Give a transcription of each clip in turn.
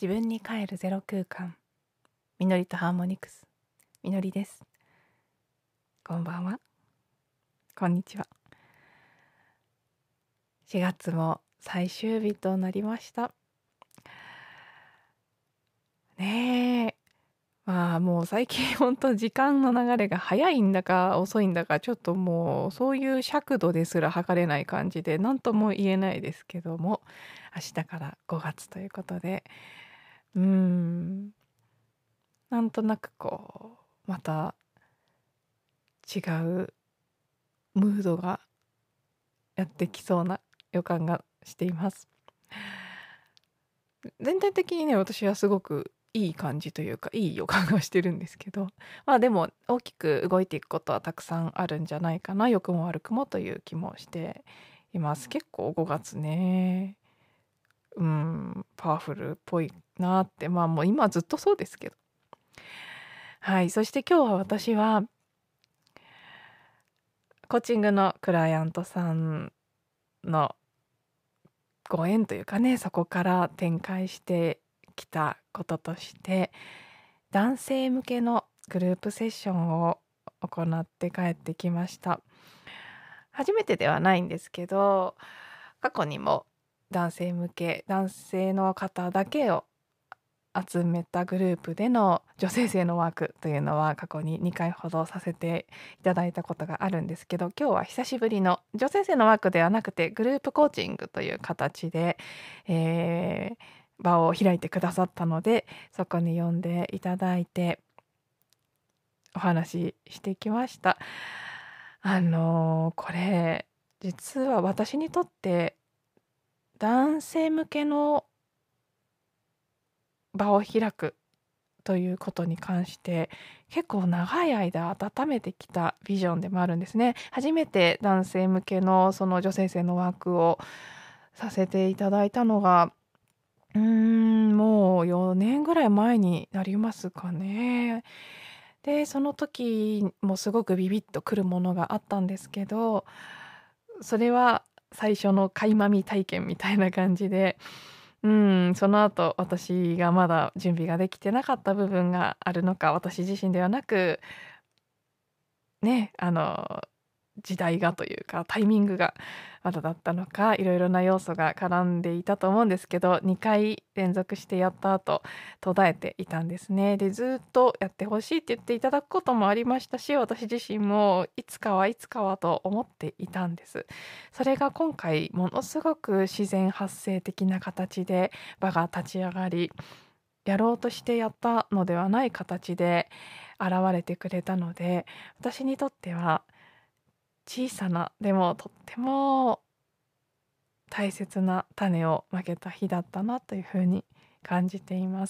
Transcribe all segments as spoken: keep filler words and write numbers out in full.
自分に帰るゼロ空間、みのりとハーモニクス、みのりです。こんばんは、こんにちは。しがつも最終日となりましたねえ。まあもう最近ほんと時間の流れが早いんだか遅いんだか、ちょっともうそういう尺度ですら測れない感じで何とも言えないですけども、明日からごがつということで、うーんなんとなくこうまた違うムードがやってきそうな予感がしています。全体的にね、私はすごくいい感じというか、いい予感がしてるんですけど、まあでも大きく動いていくことはたくさんあるんじゃないかな、良くも悪くもという気もしています。結構ごがつね、うん、パワフルっぽいなって、まあもう今ずっとそうですけど。はい、そして今日は私はコーチングのクライアントさんのご縁というかね、そこから展開してきたこととして、男性向けのグループセッションを行って帰ってきました。初めてではないんですけど、過去にも男性向け、男性の方だけを集めたグループでの女性性のワークというのは過去ににかいほどさせていただいたことがあるんですけど、今日は久しぶりの女性性のワークではなくてグループコーチングという形で、えー場を開いてくださったので、そこに呼んでいただいてお話ししてきました。あのーこれ実は私にとって男性向けの場を開くということに関して結構長い間温めてきたビジョンでもあるんですね。初めて男性向けのその女性性のワークをさせていただいたのがうーんもうよねんぐらい前になりますかね。でその時もすごくビビッとくるものがあったんですけど、それは最初の垣間見体験みたいな感じで、うん、その後私がまだ準備ができてなかった部分があるのか、私自身ではなく、ね、あの、時代がというか、タイミングがまだだったのか、いろいろな要素が絡んでいたと思うんですけど、にかい連続してやった後、途絶えていたんですね。で、ずっとやってほしいって言っていただくこともありましたし、私自身もいつかはいつかはと思っていたんです。それが今回ものすごく自然発生的な形で場が立ち上がり、やろうとしてやったのではない形で現れてくれたので、私にとっては小さなでもとっても大切な種をまけた日だったなというふうに感じています。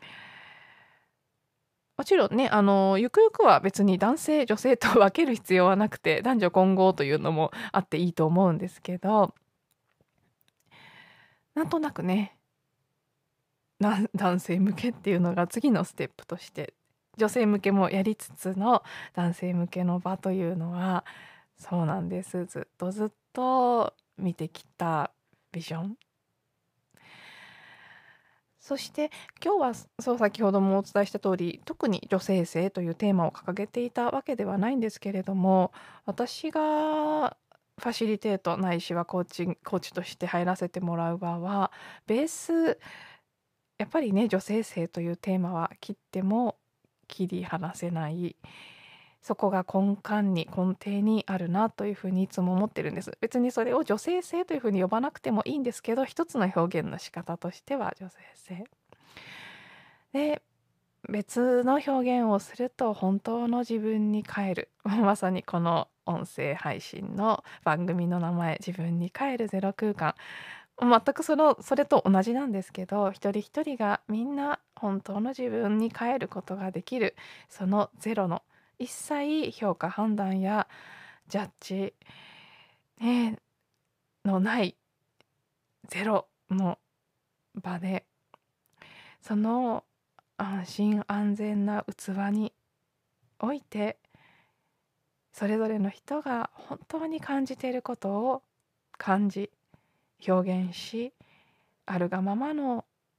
もちろんね、あのゆくゆくは別に男性女性と分ける必要はなくて、男女混合というのもあっていいと思うんですけど、なんとなくね、な男性向けっていうのが次のステップとして女性向けもやりつつの男性向けの場というのは、そうなんです、ずっとずっと見てきたビジョン。そして今日はそう先ほどもお伝えした通り、特に女性性というテーマを掲げていたわけではないんですけれども、私がファシリテートないしはコーチンコーチとして入らせてもらう場はベースやっぱりね、女性性というテーマは切っても切り離せない、そこが根幹に根底にあるなというふうにいつも思ってるんです。別にそれを女性性というふうに呼ばなくてもいいんですけど、一つの表現の仕方としては女性性で、別の表現をすると本当の自分に帰るまさにこの音声配信の番組の名前、自分に帰るゼロ空間、全くそのそれと同じなんですけど、一人一人がみんな本当の自分に帰ることができる、そのゼロの一切評価判断やジャッジ、ね、のないゼロの場で、その安心安全な器において、それぞれの人が本当に感じていることを感じ表現し、あるがままの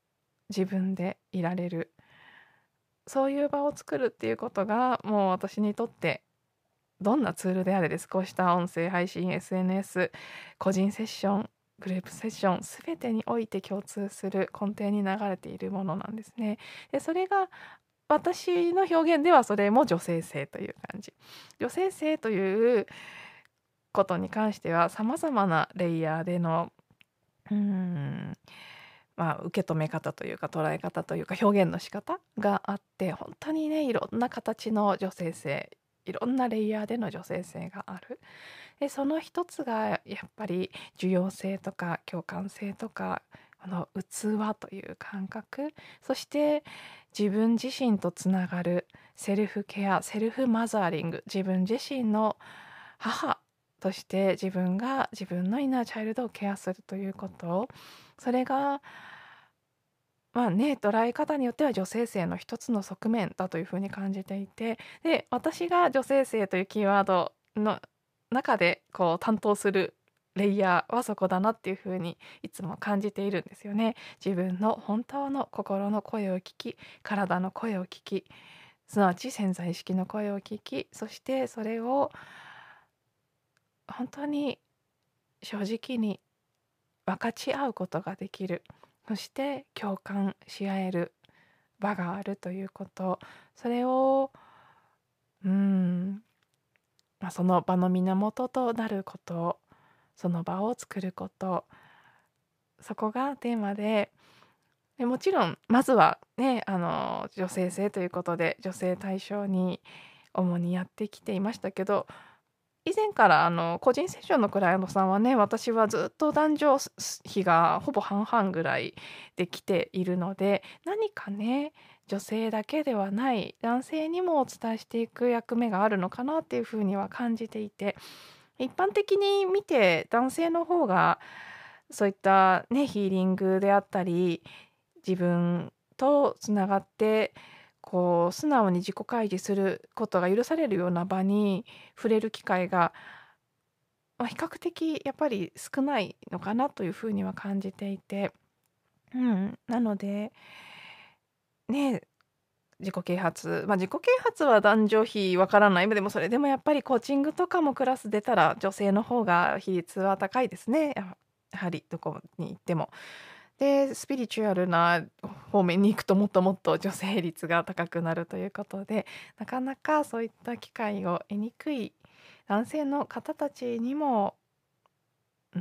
自分でいられる、そういう場を作るっていうことがもう私にとってどんなツールであれです。こうした音声配信、エスエヌエス、個人セッション、グループセッション、すべてにおいて共通する根底に流れているものなんですね。で、それが私の表現ではそれも女性性という感じ。女性性ということに関しては様々なレイヤーでのうーんまあ、受け止め方というか捉え方というか表現の仕方があって、本当にねいろんな形の女性性、いろんなレイヤーでの女性性がある。でその一つがやっぱり受容性とか共感性とかこの器という感覚、そして自分自身とつながるセルフケア、セルフマザーリング、自分自身の母として自分が自分のインナーチャイルドをケアするということ、それがまあね、捉え方によっては女性性の一つの側面だというふうに感じていて、で私が女性性というキーワードの中でこう担当するレイヤーはそこだなっていうふうにいつも感じているんですよね。自分の本当の心の声を聞き、体の声を聞き、すなわち潜在意識の声を聞き、そしてそれを本当に正直に分かち合うことができる、そして共感し合える場があるということ、それをうーん、まあ、その場の源となること、その場を作ること、そこがテーマで、でもちろんまずはねあの女性性ということで女性対象に主にやってきていましたけど、以前からあの個人セッションのクライアントさんはね、私はずっと男女比がほぼ半々ぐらいで来ているので、何かね女性だけではない男性にもお伝えしていく役目があるのかなっていうふうには感じていて、一般的に見て男性の方がそういったねヒーリングであったり自分とつながってこう素直に自己開示することが許されるような場に触れる機会が、まあ、比較的やっぱり少ないのかなというふうには感じていて、うん、なのでね自己啓発、まあ、自己啓発は男女比わからない、でもそれでもやっぱりコーチングとかもクラス出たら女性の方が比率は高いですね、ややはりどこに行っても。でスピリチュアルな方面に行くともっともっと女性率が高くなるということで、なかなかそういった機会を得にくい男性の方たちにも、うん、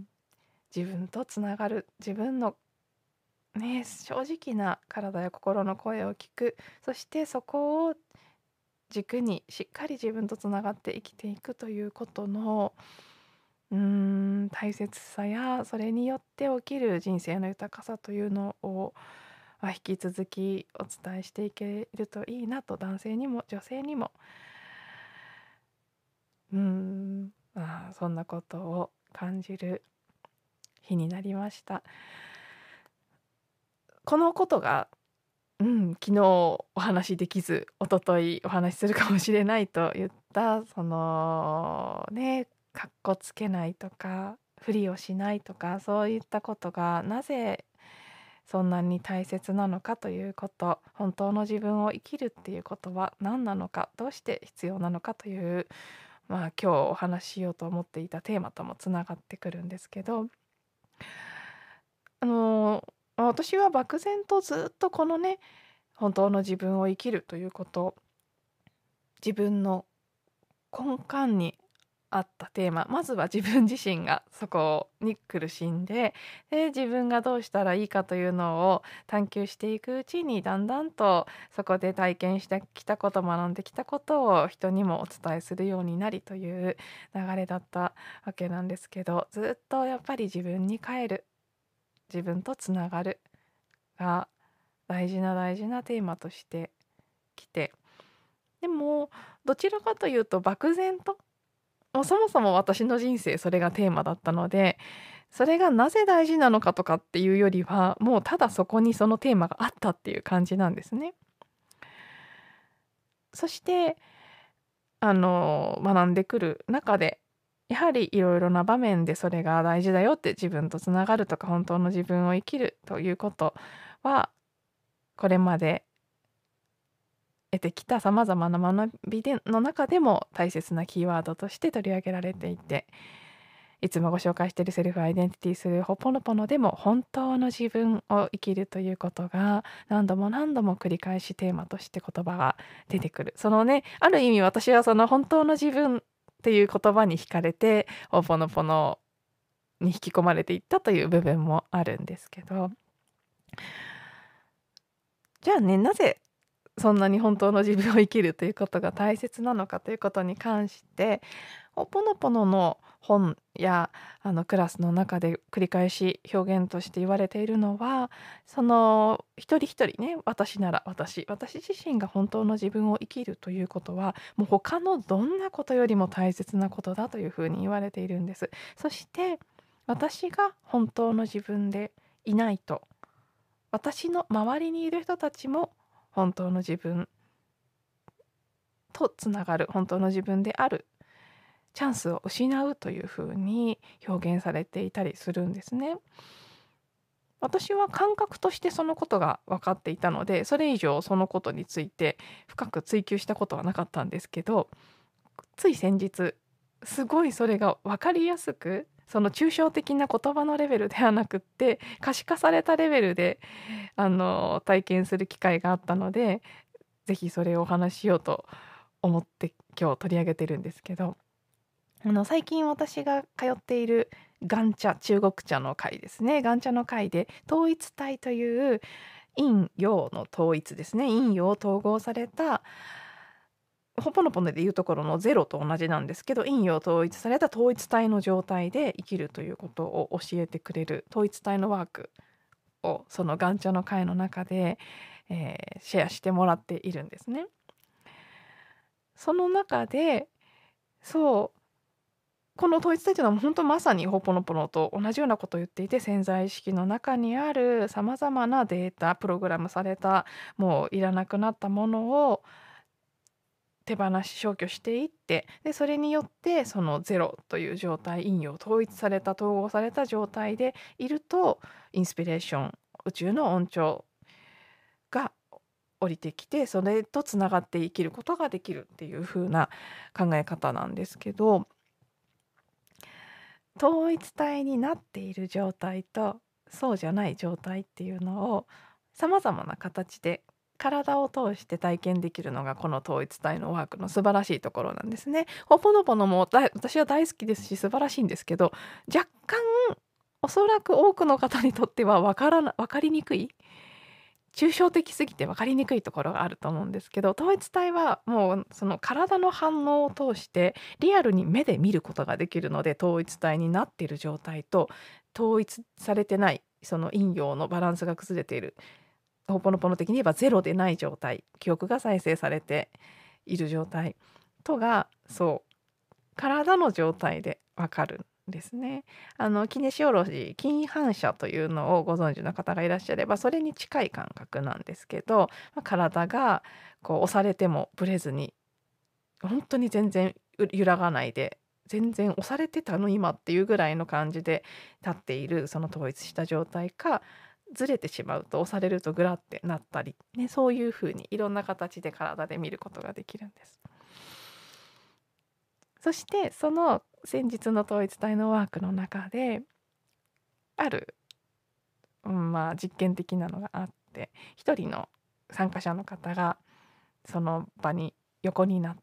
自分とつながる、自分のね正直な体や心の声を聞く、そしてそこを軸にしっかり自分とつながって生きていくということのうーん大切さや、それによって起きる人生の豊かさというのを、まあ、引き続きお伝えしていけるといいなと、男性にも女性にもうーん、まあ、そんなことを感じる日になりました。このことが、うん、昨日お話しできず一昨日お話しするかもしれないと言ったそのねかっこつけないとかふりをしないとか、そういったことがなぜそんなに大切なのかということ、本当の自分を生きるっていうことは何なのか、どうして必要なのかという、まあ、今日お話ししようと思っていたテーマともつながってくるんですけど、あの私は漠然とずっとこのね本当の自分を生きるということ、自分の根幹にあったテーマ、まずは自分自身がそこに苦しんで、で自分がどうしたらいいかというのを探求していくうちに、だんだんとそこで体験してきたこと、学んできたことを人にもお伝えするようになりという流れだったわけなんですけど、ずっとやっぱり自分に帰る、自分とつながるが大事な大事なテーマとしてきて、でもどちらかというと漠然と、もうそもそも私の人生それがテーマだったので、それがなぜ大事なのかとかっていうよりは、もうただそこにそのテーマがあったっていう感じなんですね。そしてあの学んでくる中でやはりいろいろな場面でそれが大事だよって、自分とつながるとか本当の自分を生きるということはこれまで得てきたさまざまな学びでの中でも大切なキーワードとして取り上げられていて、いつもご紹介しているセルフアイデンティティするホポノポノでも本当の自分を生きるということが何度も何度も繰り返しテーマとして言葉が出てくる。そのね、ある意味私はその本当の自分っていう言葉に惹かれてホポノポノに引き込まれていったという部分もあるんですけど、じゃあね、なぜそんなに本当の自分を生きるということが大切なのかということに関して、ホポノポノの本やあのクラスの中で繰り返し表現として言われているのは、その一人一人ね、私なら私私自身が本当の自分を生きるということはもう他のどんなことよりも大切なことだというふうに言われているんです。そして私が本当の自分でいないと、私の周りにいる人たちも本当の自分とつながる、本当の自分であるチャンスを失うというふうに表現されていたりするんですね。私は感覚としてそのことが分かっていたので、それ以上そのことについて深く追求したことはなかったんですけど、つい先日すごいそれが分かりやすく、その抽象的な言葉のレベルではなくって可視化されたレベルであの体験する機会があったので、ぜひそれをお話ししようと思って今日取り上げてるんですけど、あの最近私が通っている元茶、中国茶の会ですね。元茶の会で統一体という陰陽の統一ですね。陰陽を統合された、ホポノポノでいうところのゼロと同じなんですけど、陰陽統一された統一体の状態で生きるということを教えてくれる統一体のワークをその元茶の会の中で、えーシェアしてもらっているんですね。その中でそうこの統一体というのは本当まさにホポノポノと同じようなことを言っていて、潜在意識の中にあるさまざまなデータ、プログラムされたもういらなくなったものを手放し消去していって、でそれによってそのゼロという状態、陰陽統一された統合された状態でいると、インスピレーション、宇宙の恩寵が降りてきて、それとつながって生きることができるっていう風な考え方なんですけど、統一体になっている状態とそうじゃない状態っていうのをさまざまな形で体を通して体験できるのがこの統一体のワークの素晴らしいところなんですね。ホポノポノもだ私は大好きですし素晴らしいんですけど、若干おそらく多くの方にとっては分からな分かりにくい、抽象的すぎて分かりにくいところがあると思うんですけど、統一体はもうその体の反応を通してリアルに目で見ることができるので、統一体になっている状態と統一されてない、その陰陽のバランスが崩れている、ホポノポノ的に言えばゼロでない状態、記憶が再生されている状態とが、そう体の状態でわかるんですね。あのキネシオロジー、筋反射というのをご存知の方がいらっしゃればそれに近い感覚なんですけど、まあ体がこう押されてもブレずに本当に全然揺らがないで、全然押されてたの今っていうぐらいの感じで立っているその統一した状態か、ずれてしまうと押されるとグラってなったり、ね、そういう風にいろんな形で体で見ることができるんです。そしてその先日の統一体のワークの中である、うん、まあ実験的なのがあって、一人の参加者の方がその場に横になって、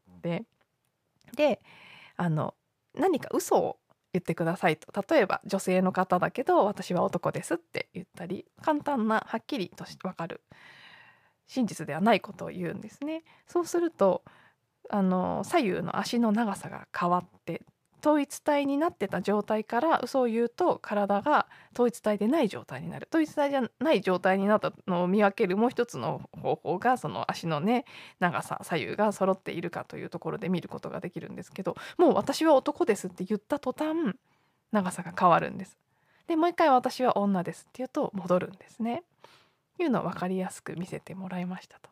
であの何か嘘を言ってくださいと、例えば女性の方だけど私は男ですって言ったり、簡単なはっきりとして分かる真実ではないことを言うんですね。そうするとあの左右の足の長さが変わって、統一体になってた状態から嘘を言うと体が統一体でない状態になる、統一体じゃない状態になったのを見分けるもう一つの方法が、その足のね長さ左右が揃っているかというところで見ることができるんですけど、もう私は男ですって言った途端長さが変わるんです。でもう一回私は女ですって言うと戻るんですね。いうのを分かりやすく見せてもらいましたと。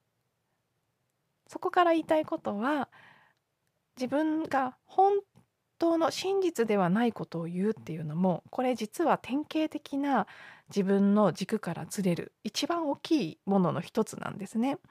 そこから言いたいことは、自分が本当の真実ではないことを言うっていうのも、これ実は典型的な自分の軸からずれる一番大きいものの一つなんですね。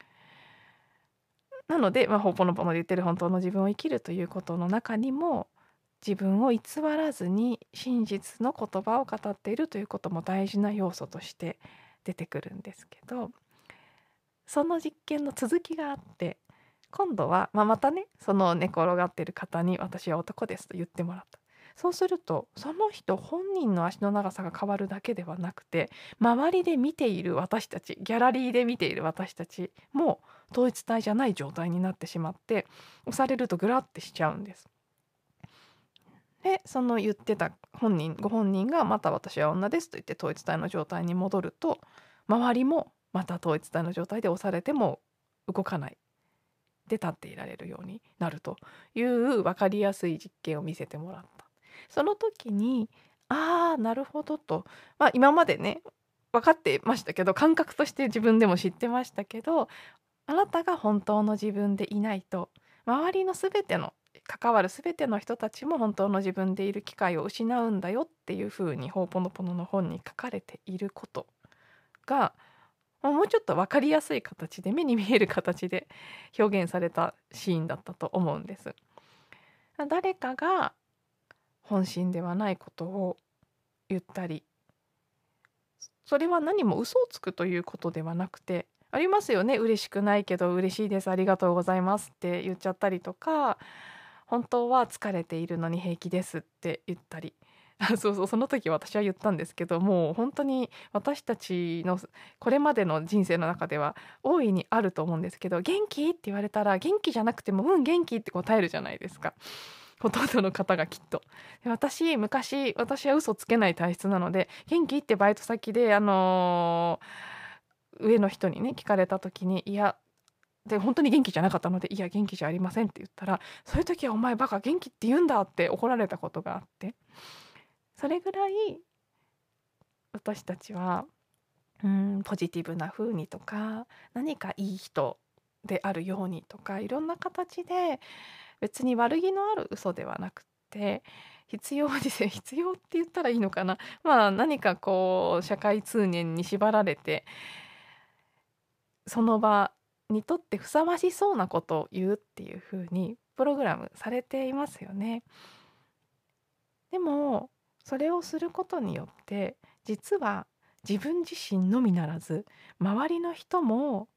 なので、まあ、ほおぽのぽので言ってる本当の自分を生きるということの中にも、自分を偽らずに真実の言葉を語っているということも大事な要素として出てくるんですけど、その実験の続きがあって、今度は、まあ、またね、その寝転がってる方に私は男ですと言ってもらった。そうすると、その人本人の足の長さが変わるだけではなくて、周りで見ている私たち、ギャラリーで見ている私たちも統一体じゃない状態になってしまって、押されるとグラッてしちゃうんです。で、その言ってた本人ご本人がまた私は女ですと言って統一体の状態に戻ると、周りもまた統一体の状態で押されても動かないで立っていられるようになるという分かりやすい実験を見せてもらった。その時に、ああなるほどと、まあ、今までね分かってましたけど、感覚として自分でも知ってましたけど、あなたが本当の自分でいないと、周りの全ての関わる全ての人たちも本当の自分でいる機会を失うんだよっていうふうにほおぽのぽのの本に書かれていることが、もうちょっと分かりやすい形で目に見える形で表現されたシーンだったと思うんです。誰かが本心ではないことを言ったり、それは何も嘘をつくということではなくて、ありますよね、嬉しくないけど嬉しいですありがとうございますって言っちゃったりとか、本当は疲れているのに平気ですって言ったり、あ、そうそう、その時私は言ったんですけど、もう本当に私たちのこれまでの人生の中では大いにあると思うんですけど、元気って言われたら元気じゃなくてもうん元気って答えるじゃないですか。ほとんどの方がきっと。で、私昔私は嘘つけない体質なので、元気ってバイト先であのー上の人にね聞かれた時に、いやで本当に元気じゃなかったので、いや元気じゃありませんって言ったら、そういう時はお前バカ元気って言うんだって怒られたことがあって、それぐらい私たちはうんポジティブな風にとか、何かいい人であるようにとか、いろんな形で別に悪気のある嘘ではなくて、必要にせ必要って言ったらいいのかな、まあ何かこう社会通念に縛られてその場にとってふさわしそうなことを言うっていう風にプログラムされていますよね。でもそれをすることによって実は自分自身のみならず周りの人も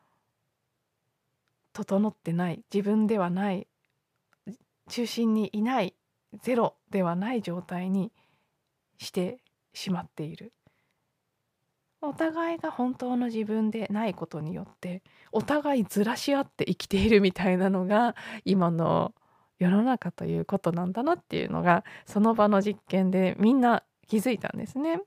整ってない、自分ではない、中心にいない、ゼロではない状態にしてしまっている。お互いが本当の自分でないことによってお互いずらし合って生きているみたいなのが今の世の中ということなんだなっていうのが、その場の実験でみんな気づいたんですね。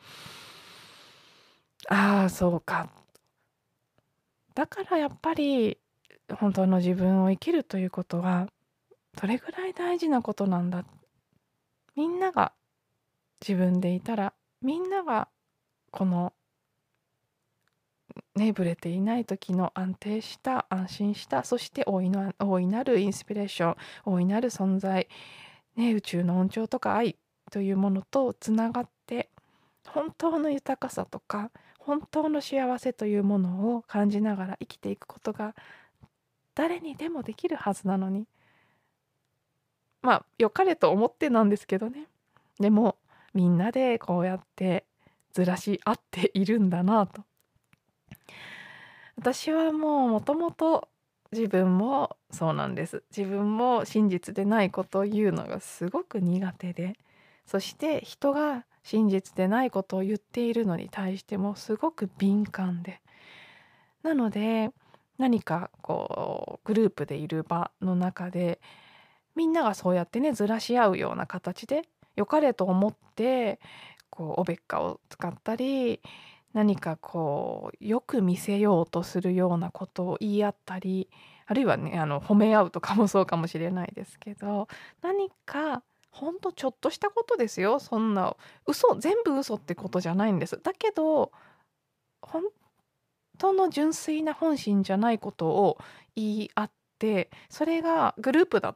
ああそうか。だからやっぱり本当の自分を生きるということはどれぐらい大事なことなんだ。みんなが自分でいたら、みんながこのねぶれていない時の安定した安心した、そして大いな大いなるインスピレーション、大いなる存在、ね、宇宙の恩寵とか愛というものとつながって、本当の豊かさとか本当の幸せというものを感じながら生きていくことが誰にでもできるはずなのに、まあ良かれと思ってなんですけどね。でもみんなでこうやってずらし合っているんだなと。私はもうもともと自分もそうなんです。自分も真実でないことを言うのがすごく苦手で、そして人が真実でないことを言っているのに対してもすごく敏感で、なので何かこうグループでいる場の中でみんながそうやってねずらし合うような形で良かれと思ってこうおべっかを使ったり、何かこうよく見せようとするようなことを言い合ったり、あるいはねあの褒め合うとかもそうかもしれないですけど、何かほんとちょっとしたことですよ。そんな嘘全部嘘ってことじゃないんです。だけど本当の純粋な本心じゃないことを言い合って、それがグループだと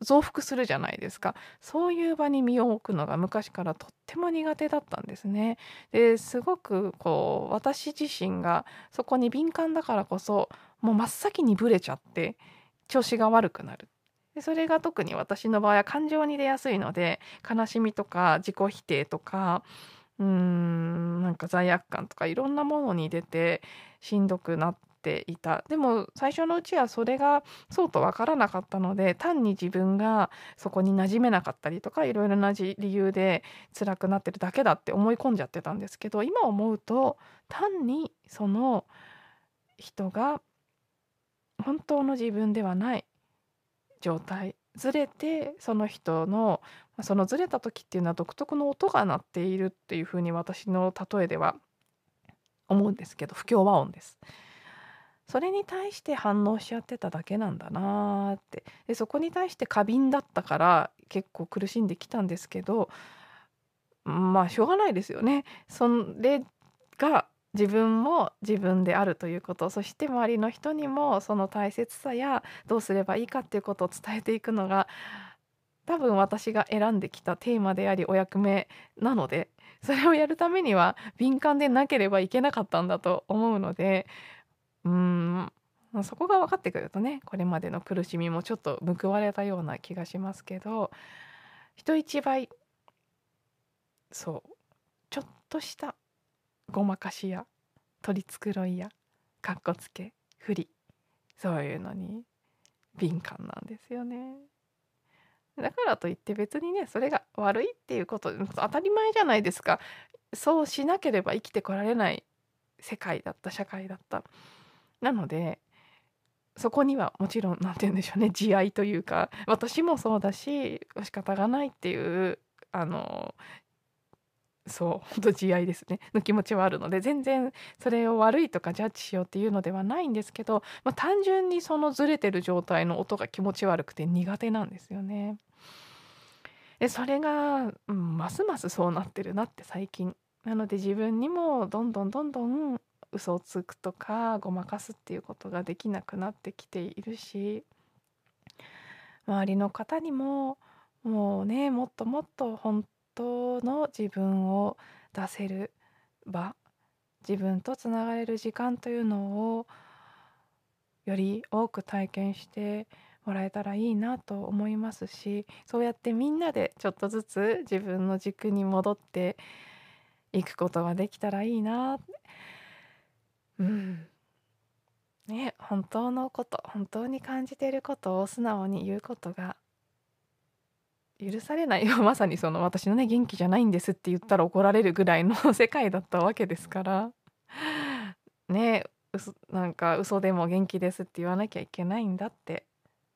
増幅するじゃないですか。そういう場に身を置くのが昔からとっても苦手だったんですね。で、すごくこう私自身がそこに敏感だからこそ、もう真っ先にブレちゃって調子が悪くなる。で、それが特に私の場合は感情に出やすいので、悲しみとか自己否定とか、うーん、なんか罪悪感とかいろんなものに出てしんどくなっていた。でも最初のうちはそれがそうとわからなかったので、単に自分がそこに馴染めなかったりとか、いろいろなじ理由で辛くなってるだけだって思い込んじゃってたんですけど、今思うと単にその人が本当の自分ではない状態、ずれてその人の、ま、そのずれた時っていうのは独特の音が鳴っているっていう風に私の例えでは思うんですけど、不協和音です。それに対して反応しちゃってただけなんだなって。で、そこに対して過敏だったから結構苦しんできたんですけど、まあしょうがないですよね。それが自分も自分であるということ、そして周りの人にもその大切さやどうすればいいかっていうことを伝えていくのが多分私が選んできたテーマでありお役目なので、それをやるためには敏感でなければいけなかったんだと思うので、うーん、ま、そこが分かってくるとね、これまでの苦しみもちょっと報われたような気がしますけど、人一倍、そう、ちょっとしたごまかしや取り繕いやかっこつけ、不利、そういうのに敏感なんですよね。だからといって別にね、それが悪いっていうこと、当たり前じゃないですか。そうしなければ生きてこられない世界だった、社会だった。なので、そこにはもちろん、なんて言うんでしょうね、慈愛というか、私もそうだし、仕方がないっていう、あの、そう、ほんと慈愛ですね、の気持ちはあるので、全然それを悪いとかジャッジしようっていうのではないんですけど、ま、単純にそのずれてる状態の音が気持ち悪くて苦手なんですよね。で、それが、うん、ますますそうなってるなって最近。なので自分にもどんどんどんどん嘘をつくとか、ごまかすっていうことができなくなってきているし、周りの方にも、もうね、もっともっと本当の自分を出せる場、自分とつながれる時間というのをより多く体験してもらえたらいいなと思いますし、そうやってみんなでちょっとずつ自分の軸に戻っていくことができたらいいな。うん。ね、本当のこと、本当に感じていることを素直に言うことが許されないよ。まさにその私のね、元気じゃないんですって言ったら怒られるぐらいの世界だったわけですから。ね、うそなんか嘘でも元気ですって言わなきゃいけないんだって、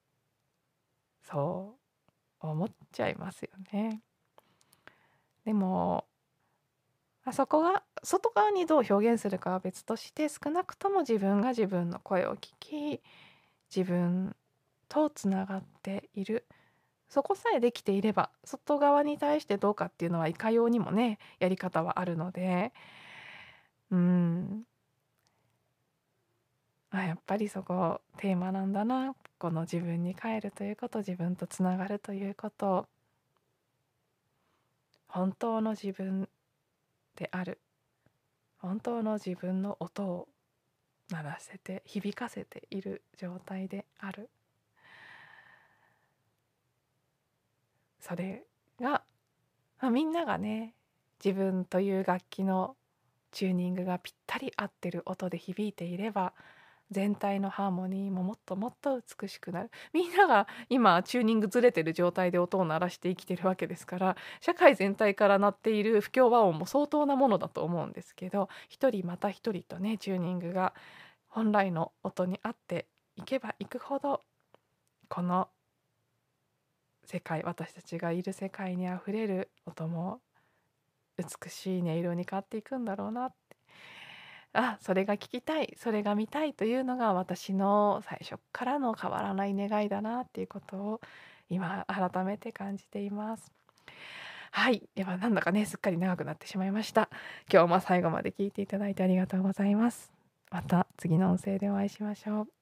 そう思っちゃいますよね。でも、あそこが外側にどう表現するかは別として、少なくとも自分が自分の声を聞き、自分とつながっている。そこさえできていれば、外側に対してどうかっていうのはいかようにもね、やり方はあるので、うん、あ、やっぱりそこテーマなんだな。この自分に帰るということ、自分とつながるということ、本当の自分である。本当の自分の音を鳴らせて響かせている状態である。それが、まあ、みんながね、自分という楽器のチューニングがぴったり合ってる音で響いていれば、全体のハーモニーももっともっと美しくなる。みんなが今チューニングずれてる状態で音を鳴らして生きてるわけですから、社会全体から鳴っている不協和音も相当なものだと思うんですけど、一人また一人とねチューニングが本来の音に合っていけばいくほど、この世界、私たちがいる世界にあふれる音も美しい音色に変わっていくんだろうなって。あ、それが聞きたい、それが見たいというのが私の最初からの変わらない願いだなっていうことを今改めて感じています。はい、ではなんだかね、すっかり長くなってしまいました。今日も最後まで聞いていただいてありがとうございます。また次の音声でお会いしましょう。